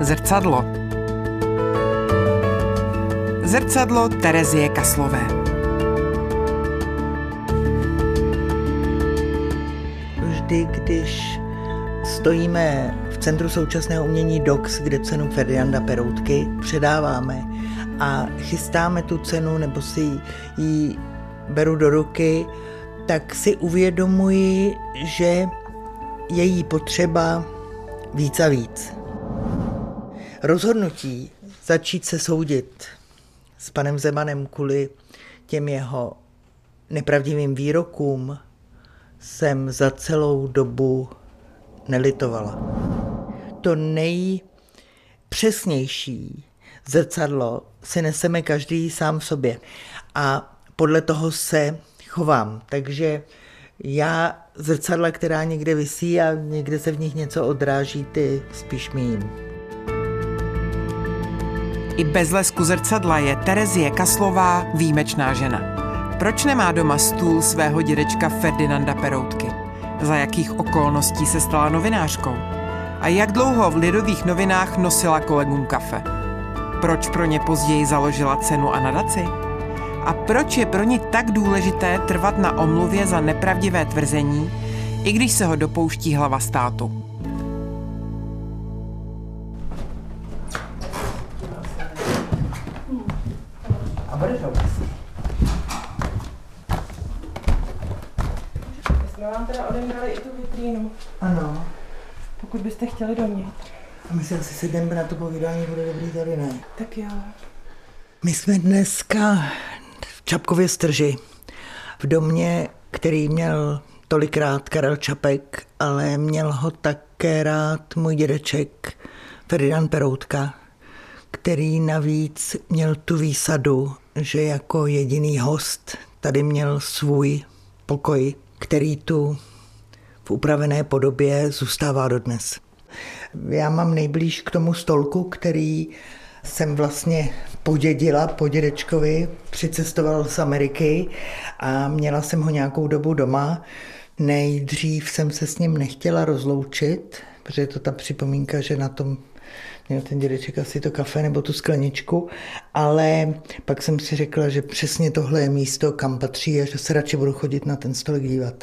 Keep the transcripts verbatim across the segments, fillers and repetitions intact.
Zrcadlo. Zrcadlo Terezie Kaslové. Vždy, když stojíme v Centru současného umění D O X, kde cenu Ferdinanda Peroutky předáváme a chystáme tu cenu nebo si ji beru do ruky, tak si uvědomuji, že je jí potřeba víc a víc. Rozhodnutí začít se soudit s panem Zemanem kvůli těm jeho nepravdivým výrokům jsem za celou dobu nelitovala. To nejpřesnější zrcadlo si neseme každý sám v sobě a podle toho se chovám. Takže já zrcadla, která někde visí a někde se v nich něco odráží, ty spíš míjím. I bez lesku zrcadla je Terezie Kaslová výjimečná žena. Proč nemá doma stůl svého dědečka Ferdinanda Peroutky? Za jakých okolností se stala novinářkou? A jak dlouho v Lidových novinách nosila kolegům kafe? Proč pro ně později založila cenu a nadaci? A proč je pro ní tak důležité trvat na omluvě za nepravdivé tvrzení, i když se ho dopouští hlava státu? A bude to. Jsme vám teda odemdali i tu vitrínu. Ano. Pokud byste chtěli do mě. A my si asi sedneme na to povídání, bude dobrý tady, ne? Tak jo. My jsme dneska v Čapkově Strži, v domě, který měl tolikrát Karel Čapek, ale měl ho také rád můj dědeček Ferdinand Peroutka, který navíc měl tu výsadu, že jako jediný host tady měl svůj pokoj, který tu v upravené podobě zůstává dodnes. Já mám nejblíž k tomu stolku, který jsem vlastně podědila po dědečkovi, přicestoval z Ameriky a měla jsem ho nějakou dobu doma. Nejdřív jsem se s ním nechtěla rozloučit, protože je to ta připomínka, že na tom měl ten dědeček asi to kafe nebo tu skleničku, ale pak jsem si řekla, že přesně tohle je místo, kam patří a že se radši budu chodit na ten stolek dívat.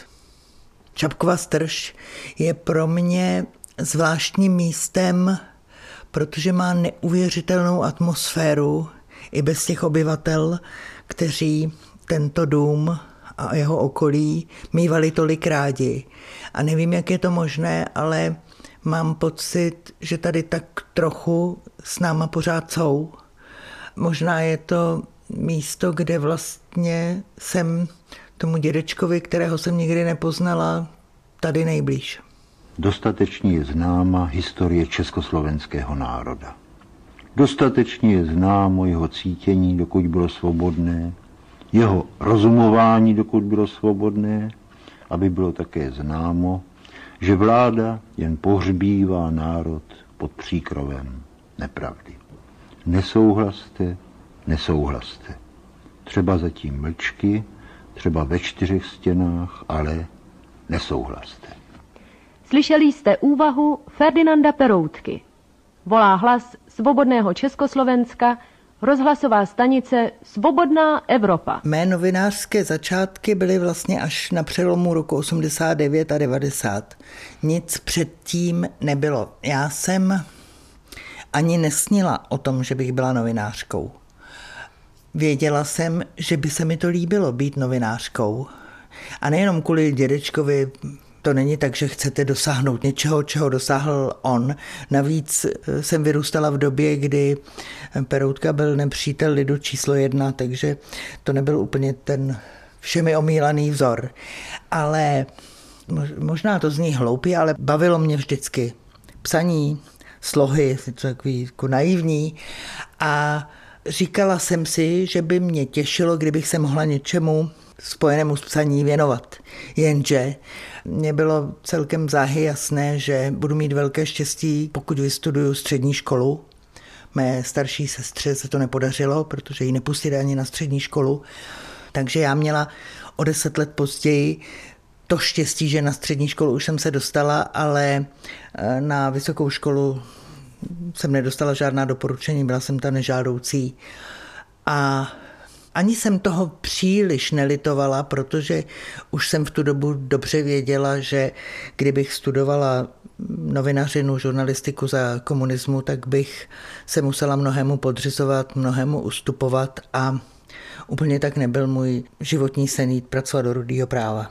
Čapkova Strž je pro mě zvláštním místem, protože má neuvěřitelnou atmosféru i bez těch obyvatel, kteří tento dům a jeho okolí mívali tolik rádi. A nevím, jak je to možné, ale mám pocit, že tady tak trochu s náma pořád jsou. Možná je to místo, kde vlastně jsem tomu dědečkovi, kterého jsem nikdy nepoznala, tady nejblíž. Dostatečně je známa historie československého národa. Dostatečně je známo jeho cítění, dokud bylo svobodné, jeho rozumování, dokud bylo svobodné, aby bylo také známo, že vláda jen pohřbívá národ pod příkrovem nepravdy. Nesouhlaste, nesouhlaste. Třeba zatím mlčky, třeba ve čtyřech stěnách, ale nesouhlaste. Slyšeli jste úvahu Ferdinanda Peroutky. Volá hlas svobodného Československa, rozhlasová stanice Svobodná Evropa. Mé novinářské začátky byly vlastně až na přelomu roku osmdesát devět a devadesát. Nic předtím nebylo. Já jsem ani nesnila o tom, že bych byla novinářkou. Věděla jsem, že by se mi to líbilo být novinářkou. A nejenom kvůli dědečkovi. To není tak, že chcete dosáhnout něčeho, čeho dosáhl on. Navíc jsem vyrůstala v době, kdy Peroutka byl nepřítel lidu číslo jedna, takže to nebyl úplně ten všemi omílaný vzor. Ale možná to zní hloupě, ale bavilo mě vždycky psaní, slohy, takový jako naivní. A říkala jsem si, že by mě těšilo, kdybych se mohla něčemu spojenému s psaní věnovat. Jenže mně bylo celkem záhy jasné, že budu mít velké štěstí, pokud vystuduju střední školu. Mé starší sestře se to nepodařilo, protože ji nepustili ani na střední školu. Takže já měla o deset let později to štěstí, že na střední školu už jsem se dostala, ale na vysokou školu jsem nedostala žádná doporučení, byla jsem ta nežádoucí. A ani jsem toho příliš nelitovala, protože už jsem v tu dobu dobře věděla, že kdybych studovala novinařinu, žurnalistiku za komunismu, tak bych se musela mnohému podřizovat, mnohému ustupovat a úplně tak nebyl můj životní sen jít pracovat do Rudého práva.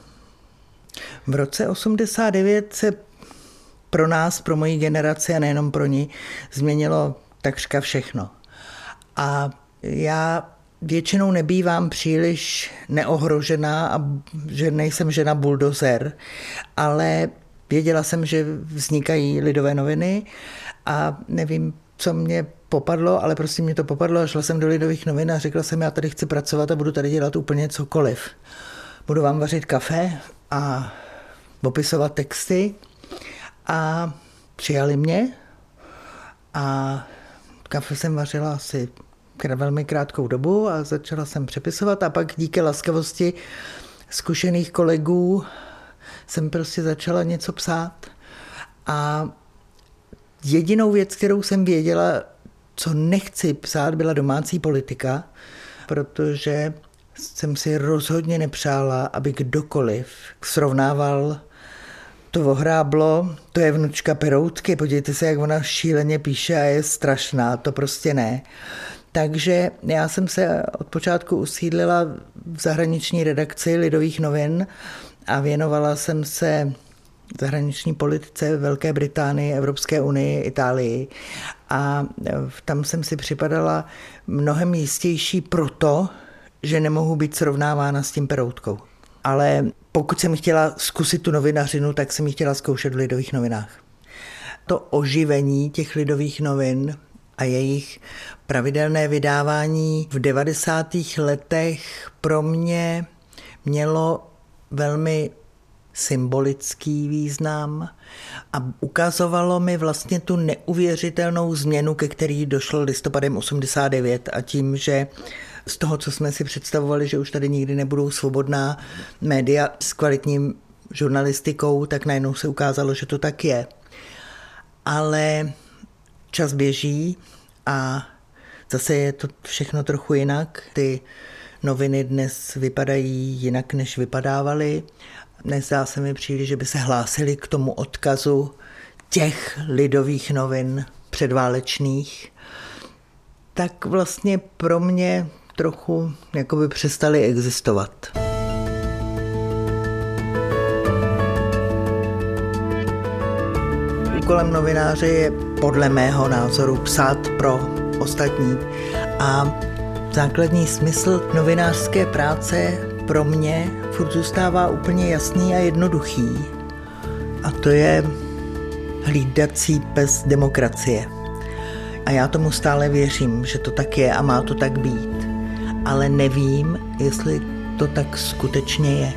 V roce osmdesát devět se pro nás, pro moji generaci a nejenom pro ní, změnilo takřka všechno. A já většinou nebývám příliš neohrožená a že nejsem žena buldozer, ale věděla jsem, že vznikají Lidové noviny a nevím, co mě popadlo, ale prostě mě to popadlo a šla jsem do Lidových novin a řekla jsem, já tady chci pracovat a budu tady dělat úplně cokoliv. Budu vám vařit kafe a popisovat texty a přijali mě a kafe jsem vařila asi velmi krátkou dobu a začala jsem přepisovat a pak díky laskavosti zkušených kolegů jsem prostě začala něco psát. A jedinou věc, kterou jsem věděla, co nechci psát, byla domácí politika, protože jsem si rozhodně nepřála, aby kdokoliv srovnával to Vohráblo, to je vnučka Peroutky, podívejte se, jak ona šíleně píše a je strašná, to prostě ne. Takže já jsem se od počátku usídlila v zahraniční redakci Lidových novin a věnovala jsem se zahraniční politice Velké Británii, Evropské unii, Itálii. A tam jsem si připadala mnohem jistější proto, že nemohu být srovnávána s tím Peroutkou. Ale pokud jsem chtěla zkusit tu novinařinu, tak jsem ji chtěla zkoušet v Lidových novinách. To oživení těch Lidových novin a jejich pravidelné vydávání v devadesátých letech pro mě mělo velmi symbolický význam a ukazovalo mi vlastně tu neuvěřitelnou změnu, ke který došlo listopadem osmdesát devět a tím, že z toho, co jsme si představovali, že už tady nikdy nebudou svobodná média s kvalitním žurnalistikou, tak najednou se ukázalo, že to tak je. Ale čas běží a zase je to všechno trochu jinak. Ty noviny dnes vypadají jinak, než vypadávaly. Nezdá se mi příliš, že by se hlásili k tomu odkazu těch Lidových novin předválečných. Tak vlastně pro mě trochu jakoby přestaly existovat. Úkolem novináře je podle mého názoru psát pro ostatní a základní smysl novinářské práce pro mě furt zůstává úplně jasný a jednoduchý. A to je hlídací pes demokracie. A já tomu stále věřím, že to tak je a má to tak být. Ale nevím, jestli to tak skutečně je.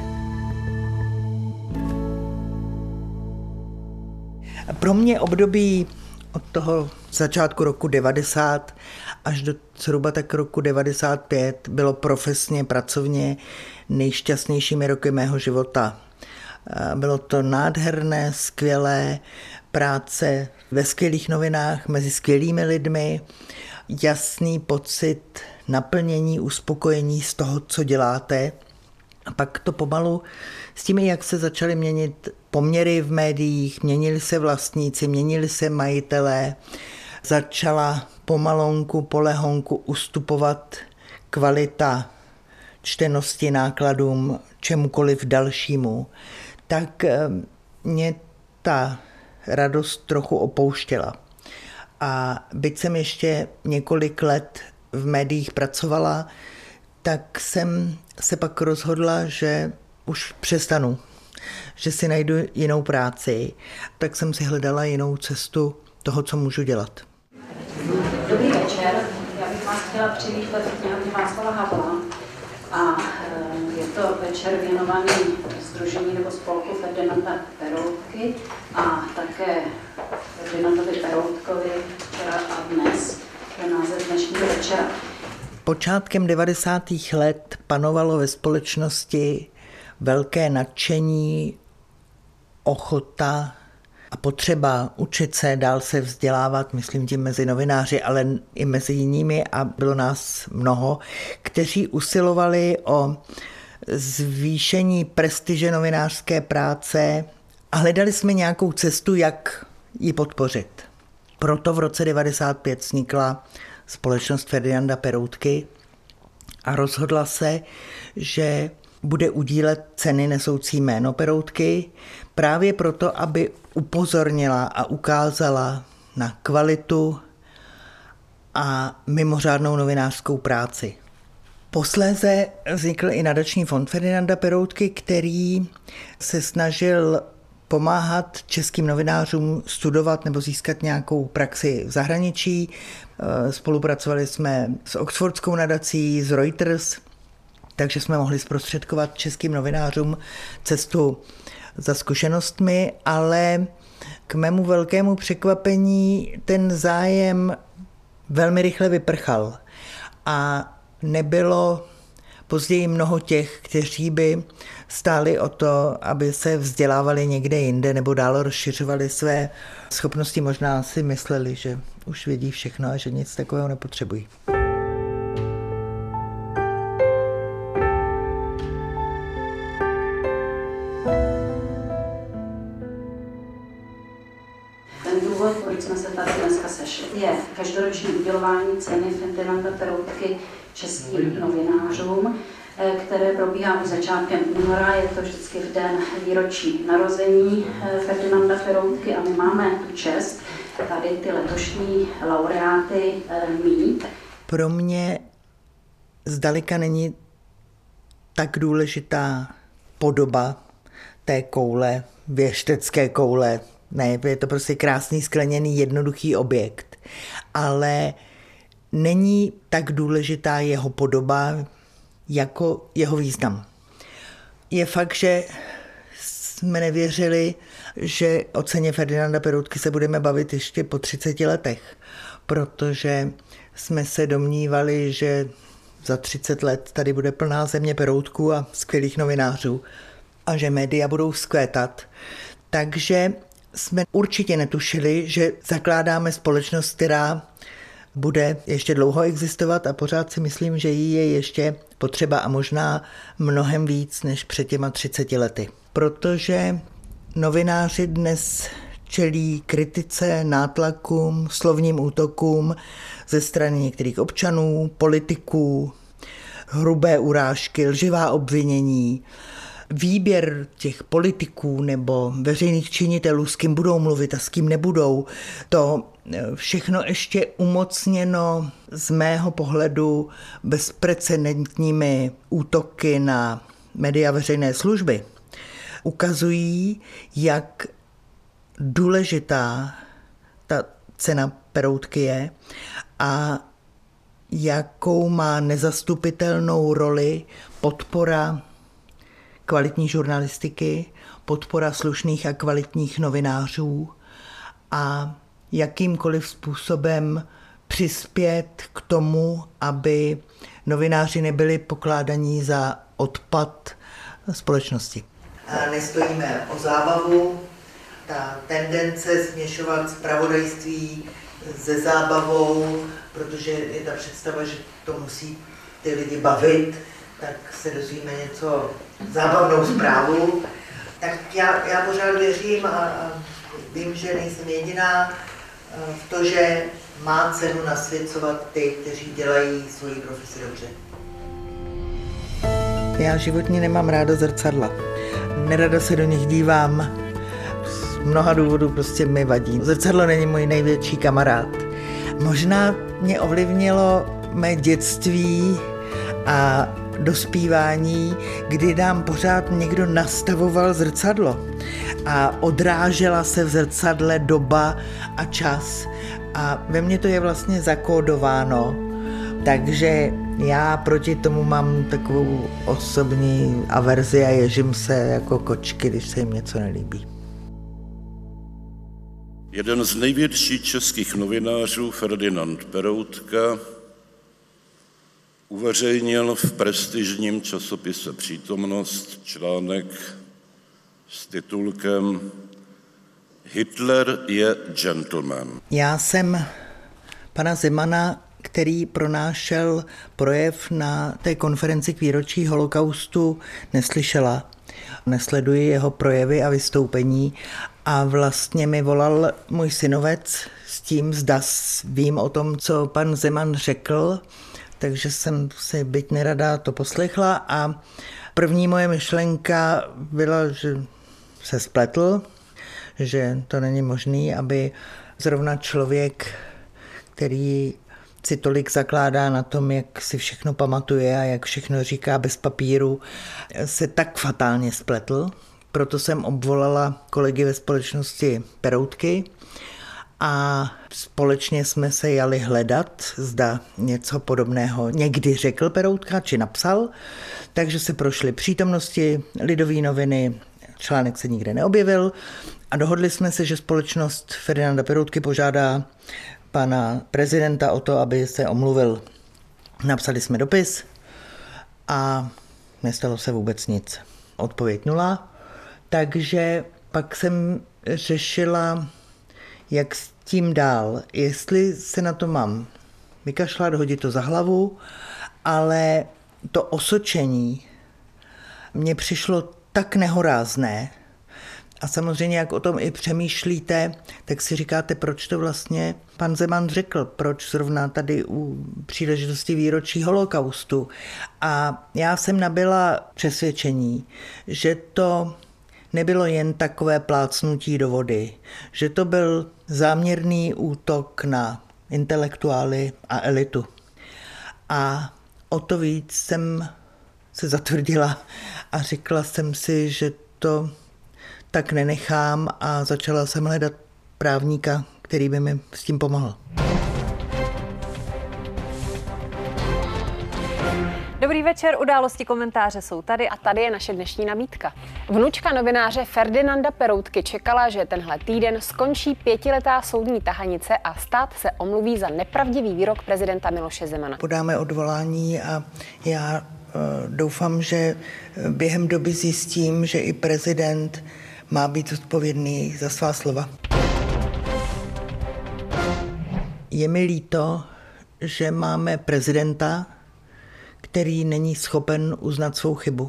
A pro mě období od toho začátku roku devadesát až do zhruba tak roku devadesát pět bylo profesně, pracovně nejšťastnějšími roky mého života. Bylo to nádherné, skvělé, práce ve skvělých novinách, mezi skvělými lidmi, jasný pocit naplnění, uspokojení z toho, co děláte. A pak to pomalu s tím, jak se začaly měnit poměry v médiích, měnili se vlastníci, měnili se majitelé, začala pomalonku, polehonku ustupovat kvalita čtenosti, nákladům, čemukoliv dalšímu, tak mě ta radost trochu opouštěla. A byť jsem ještě několik let v médiích pracovala, tak jsem se pak rozhodla, že už přestanu, že si najdu jinou práci. Tak jsem si hledala jinou cestu toho, co můžu dělat. Dobrý večer, já bych vás chtěla přivítat v knihovně Václava Havla a je to večer věnovaný sdružení nebo spolku Ferdinanda Peroutky a také Ferdinandovi Peroutkovi včera a dnes je název dnešního večera. Počátkem devadesátých let panovalo ve společnosti velké nadšení, ochota a potřeba učit se, dál se vzdělávat, myslím tím mezi novináři, ale i mezi jinými, a bylo nás mnoho, kteří usilovali o zvýšení prestiže novinářské práce a hledali jsme nějakou cestu, jak ji podpořit. Proto v roce devadesát pět vznikla společnost Ferdinanda Peroutky a rozhodla se, že bude udílet ceny nesoucí jméno Peroutky právě proto, aby upozornila a ukázala na kvalitu a mimořádnou novinářskou práci. Posléze vznikl i nadační fond Ferdinanda Peroutky, který se snažil pomáhat českým novinářům studovat nebo získat nějakou praxi v zahraničí. Spolupracovali jsme s Oxfordskou nadací, s Reuters, takže jsme mohli zprostředkovat českým novinářům cestu za zkušenostmi, ale k mému velkému překvapení ten zájem velmi rychle vyprchal a nebylo později mnoho těch, kteří by stáli o to, aby se vzdělávali někde jinde nebo dál rozšiřovali své schopnosti. Možná si mysleli, že už vědí všechno a že nic takového nepotřebují. Ten důvod, proč jsme se tady dneska sešli, je každoroční udělování ceny Ferdinanda Peroutky českým novinářům, které probíhá už začátkem února. Je to vždycky v den výročí narození Ferdinanda Peroutky a my máme tu čest tady ty letošní laureáty mít. Pro mě zdaleka není tak důležitá podoba té koule, věštecké koule. Ne, je to prostě krásný, skleněný, jednoduchý objekt. Ale není tak důležitá jeho podoba jako jeho význam. Je fakt, že jsme nevěřili, že o ceně Ferdinanda Peroutky se budeme bavit ještě po třiceti letech, protože jsme se domnívali, že za třicet let tady bude plná země Peroutků a skvělých novinářů a že média budou vzkvétat. Takže jsme určitě netušili, že zakládáme společnost, která bude ještě dlouho existovat a pořád si myslím, že jí je ještě potřeba a možná mnohem víc než před těma třiceti lety. Protože novináři dnes čelí kritice, nátlakům, slovním útokům ze strany některých občanů, politiků, hrubé urážky, lživá obvinění, výběr těch politiků nebo veřejných činitelů, s kým budou mluvit a s kým nebudou, to všechno ještě umocněno z mého pohledu bezprecedentními útoky na média veřejné služby, ukazují, jak důležitá ta cena Peroutky je a jakou má nezastupitelnou roli podpora kvalitní žurnalistiky, podpora slušných a kvalitních novinářů a jakýmkoliv způsobem přispět k tomu, aby novináři nebyli pokládaní za odpad společnosti. A nestojíme o zábavu. Ta tendence směšovat zpravodajství se zábavou, protože je ta představa, že to musí ty lidi bavit, tak se dozvíme něco zábavnou zprávu. Tak já, já pořád věřím a, a vím, že nejsem jediná v to, že má cenu nasvěcovat ty, kteří dělají svoji profesi dobře. Já životně nemám ráda zrcadla. Nerada se do nich dívám. Z mnoha důvodů prostě mi vadí. Zrcadlo není můj největší kamarád. Možná mě ovlivnilo mé dětství a dospívání, kdy nám pořád někdo nastavoval zrcadlo a odrážela se v zrcadle doba a čas a ve mně to je vlastně zakódováno, takže já proti tomu mám takovou osobní averzi a ježím se jako kočky, když se jim něco nelíbí. Jeden z největších českých novinářů, Ferdinand Peroutka, uveřejnil v prestižním časopise Přítomnost článek s titulkem Hitler je gentleman. Já jsem pana Zemana, který pronášel projev na té konferenci k výročí holokaustu, neslyšela. Nesleduji jeho projevy a vystoupení a vlastně mi volal můj synovec s tím, zda vím o tom, co pan Zeman řekl, takže jsem si byť nerada to poslechla a první moje myšlenka byla, že se spletl, že to není možný, aby zrovna člověk, který si tolik zakládá na tom, jak si všechno pamatuje a jak všechno říká bez papíru, se tak fatálně spletl. Proto jsem obvolala kolegy ve společnosti Peroutky a společně jsme se jali hledat, zda něco podobného někdy řekl Peroutka, či napsal. Takže se prošly přítomnosti, Lidové noviny, článek se nikde neobjevil a dohodli jsme se, že společnost Ferdinanda Peroutky požádá pana prezidenta o to, aby se omluvil. Napsali jsme dopis a nestalo se vůbec nic. Odpověď nula. Takže pak jsem řešila, jak s tím dál. Jestli se na to mám vykašlat, hodit to za hlavu, ale to osočení mně přišlo tak nehorázné, a samozřejmě, jak o tom i přemýšlíte, tak si říkáte, proč to vlastně pan Zeman řekl, proč zrovna tady u příležitosti výročí holokaustu. A já jsem nabyla přesvědčení, že to nebylo jen takové plácnutí do vody, že to byl záměrný útok na intelektuály a elitu. A o to víc jsem se zatvrdila a řekla jsem si, že to tak nenechám a začala jsem hledat právníka, který by mi s tím pomohl. Dobrý večer, Události komentáře jsou tady a tady je naše dnešní nabídka. Vnučka novináře Ferdinanda Peroutky čekala, že tenhle týden skončí pětiletá soudní tahanice a stát se omluví za nepravdivý výrok prezidenta Miloše Zemana. Podáme odvolání a já doufám, že během doby zjistím, že i prezident má být odpovědný za svá slova. Je mi líto, že máme prezidenta, který není schopen uznat svou chybu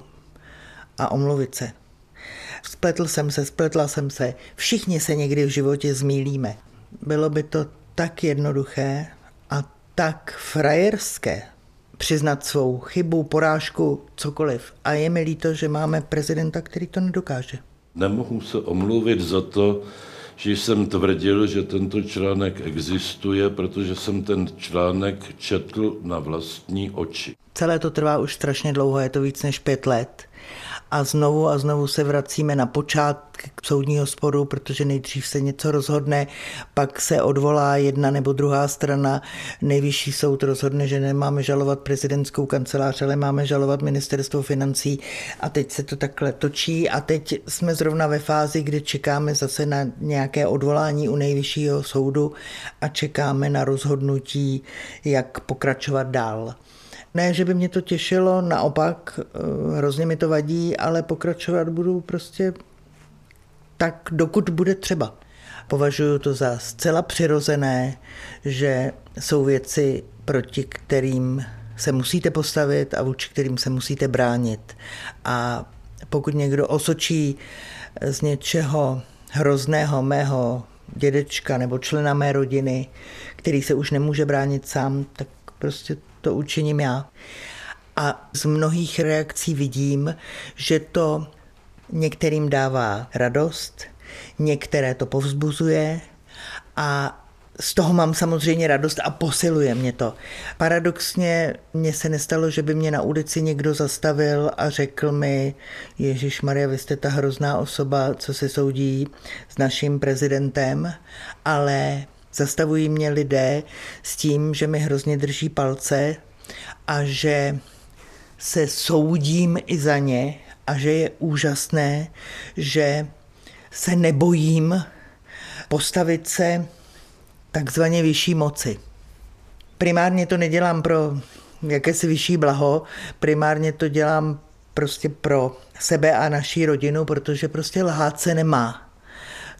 a omluvit se. Spletl jsem se, spletla jsem se, všichni se někdy v životě zmýlíme. Bylo by to tak jednoduché a tak frajerské přiznat svou chybu, porážku, cokoliv. A je mi líto, že máme prezidenta, který to nedokáže. Nemohu se omluvit za to, že jsem tvrdil, že tento článek existuje, protože jsem ten článek četl na vlastní oči. Celé to trvá už strašně dlouho, je to víc než pět let. A znovu a znovu se vracíme na počátek soudního sporu, protože nejdřív se něco rozhodne, pak se odvolá jedna nebo druhá strana. Nejvyšší soud rozhodne, že nemáme žalovat prezidentskou kancelář, ale máme žalovat ministerstvo financí. A teď se to takhle točí a teď jsme zrovna ve fázi, kdy čekáme zase na nějaké odvolání u nejvyššího soudu a čekáme na rozhodnutí, jak pokračovat dál. Ne, že by mě to těšilo, naopak, hrozně mi to vadí, ale pokračovat budu prostě tak, dokud bude třeba. Považuji to za zcela přirozené, že jsou věci, proti kterým se musíte postavit a vůči kterým se musíte bránit. A pokud někdo osočí z něčeho hrozného mého dědečka nebo člena mé rodiny, který se už nemůže bránit sám, tak prostě to učiním já. A z mnohých reakcí vidím, že to některým dává radost, některé to povzbuzuje a z toho mám samozřejmě radost a posiluje mě to. Paradoxně mně se nestalo, že by mě na ulici někdo zastavil a řekl mi: Ježišmarja, vy jste ta hrozná osoba, co se soudí s naším prezidentem, ale zastavují mě lidé s tím, že mi hrozně drží palce a že se soudím i za ně a že je úžasné, že se nebojím postavit se takzvaně vyšší moci. Primárně to nedělám pro jakési vyšší blaho, primárně to dělám prostě pro sebe a naší rodinu, protože prostě lhát se nemá.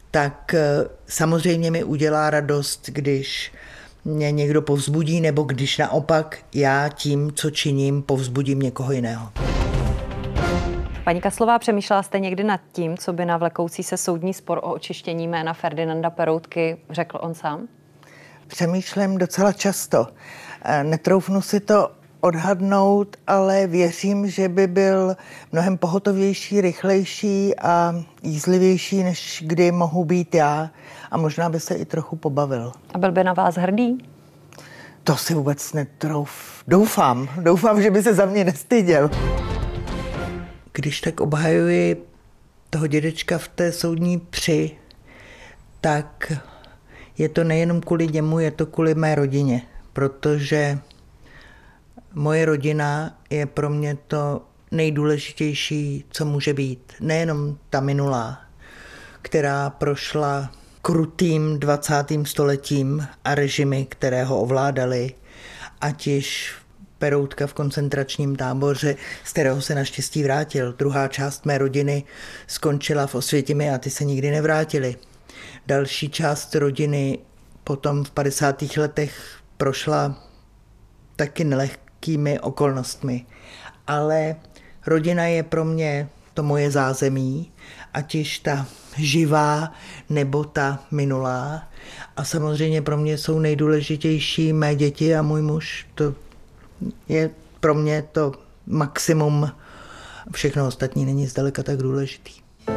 tak samozřejmě mi udělá radost, když mě někdo povzbudí, nebo když naopak já tím, co činím, povzbudím někoho jiného. Paní Kaslová, přemýšlela jste někdy nad tím, co by na vlekoucí se soudní spor o očištění jména Ferdinanda Peroutky řekl on sám? Přemýšlím docela často. Netroufnu si to odhadnout, ale věřím, že by byl mnohem pohotovější, rychlejší a jízlivější, než kdy mohu být já. A možná by se i trochu pobavil. A byl by na vás hrdý? To si vůbec netrouf. Doufám. Doufám, že by se za mě nestyděl. Když tak obhajuji toho dědečka v té soudní při, tak je to nejenom kvůli němu, je to kvůli mé rodině. Protože moje rodina je pro mě to nejdůležitější, co může být. Nejenom ta minulá, která prošla krutým dvacátým stoletím a režimy, které ho ovládali, ať již Peroutka v koncentračním táboře, z kterého se naštěstí vrátil. Druhá část mé rodiny skončila v Osvětimi a ty se nikdy nevrátili. Další část rodiny potom v padesátých letech prošla taky nelehkými okolnostmi. Ale rodina je pro mě to moje zázemí, ať již ta živá nebo ta minulá. A samozřejmě pro mě jsou nejdůležitější mé děti a můj muž. To je pro mě to maximum. Všechno ostatní není zdaleka tak důležitý.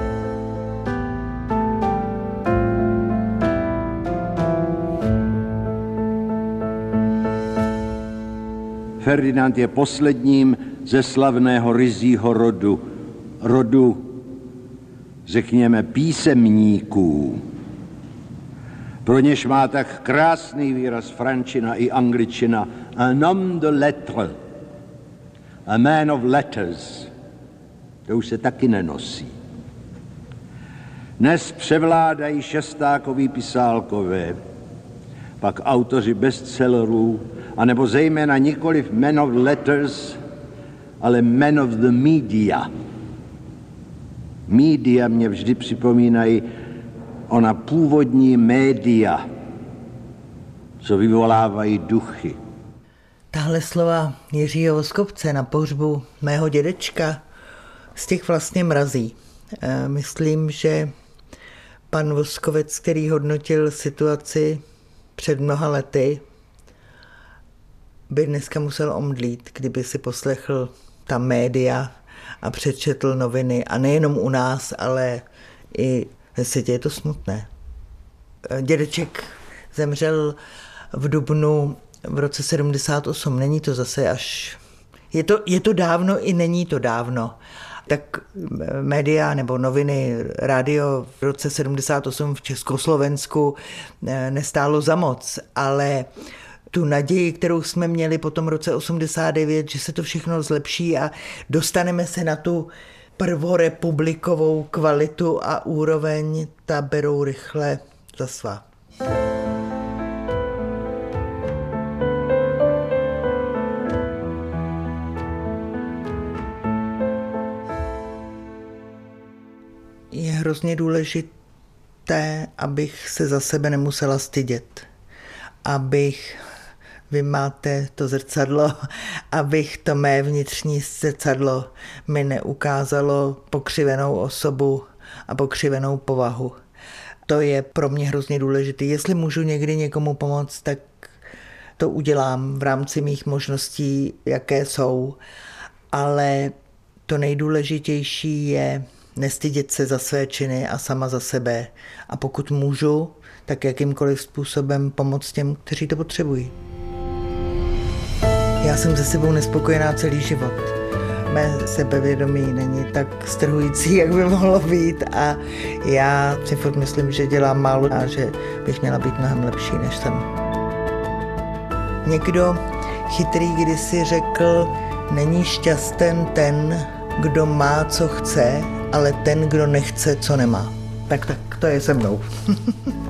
Ferdinand je posledním ze slavného ryzího rodu, rodu, řekněme, písemníků. Pro něž má tak krásný výraz frančina i angličtina un homme de lettres, a man of letters. To už se taky nenosí. Dnes převládají šestákoví pisálkové, pak autoři bestsellerů, anebo zejména nikoliv man of letters, ale man of the media. Média mě vždy připomínají ona původní média, co vyvolávají duchy. Tahle slova Jiřího Voskobce na pohřbu mého dědečka z těch vlastně mrazí. Myslím, že pan Voskovec, který hodnotil situaci před mnoha lety, by dneska musel omdlít, kdyby si poslechl ta média a přečetl noviny. A nejenom u nás, ale i ve světě je to smutné. Dědeček zemřel v dubnu v roce sedmdesát osm. Není to zase až... Je to, je to dávno i není to dávno. Tak média nebo noviny, rádio v roce sedmdesát osm v Československu nestálo za moc, ale tu naději, kterou jsme měli po tom roce osmdesát devět, že se to všechno zlepší a dostaneme se na tu prvorepublikovou kvalitu a úroveň, ta berou rychle za svá. Je hrozně důležité, abych se za sebe nemusela stydět, abych, vy máte to zrcadlo, abych to mé vnitřní zrcadlo mi neukázalo pokřivenou osobu a pokřivenou povahu. To je pro mě hrozně důležité. Jestli můžu někdy někomu pomoct, tak to udělám v rámci mých možností, jaké jsou, ale to nejdůležitější je nestydět se za své činy a sama za sebe. A pokud můžu, tak jakýmkoliv způsobem pomoct těm, kteří to potřebují. Já jsem se sebou nespokojená celý život. Mé sebevědomí není tak strhující, jak by mohlo být a já si furt myslím, že dělám málo a že bych měla být mnohem lepší, než jsem. Někdo chytrý kdysi řekl, není šťasten ten, kdo má, co chce, ale ten, kdo nechce, co nemá. Tak tak, to je se mnou.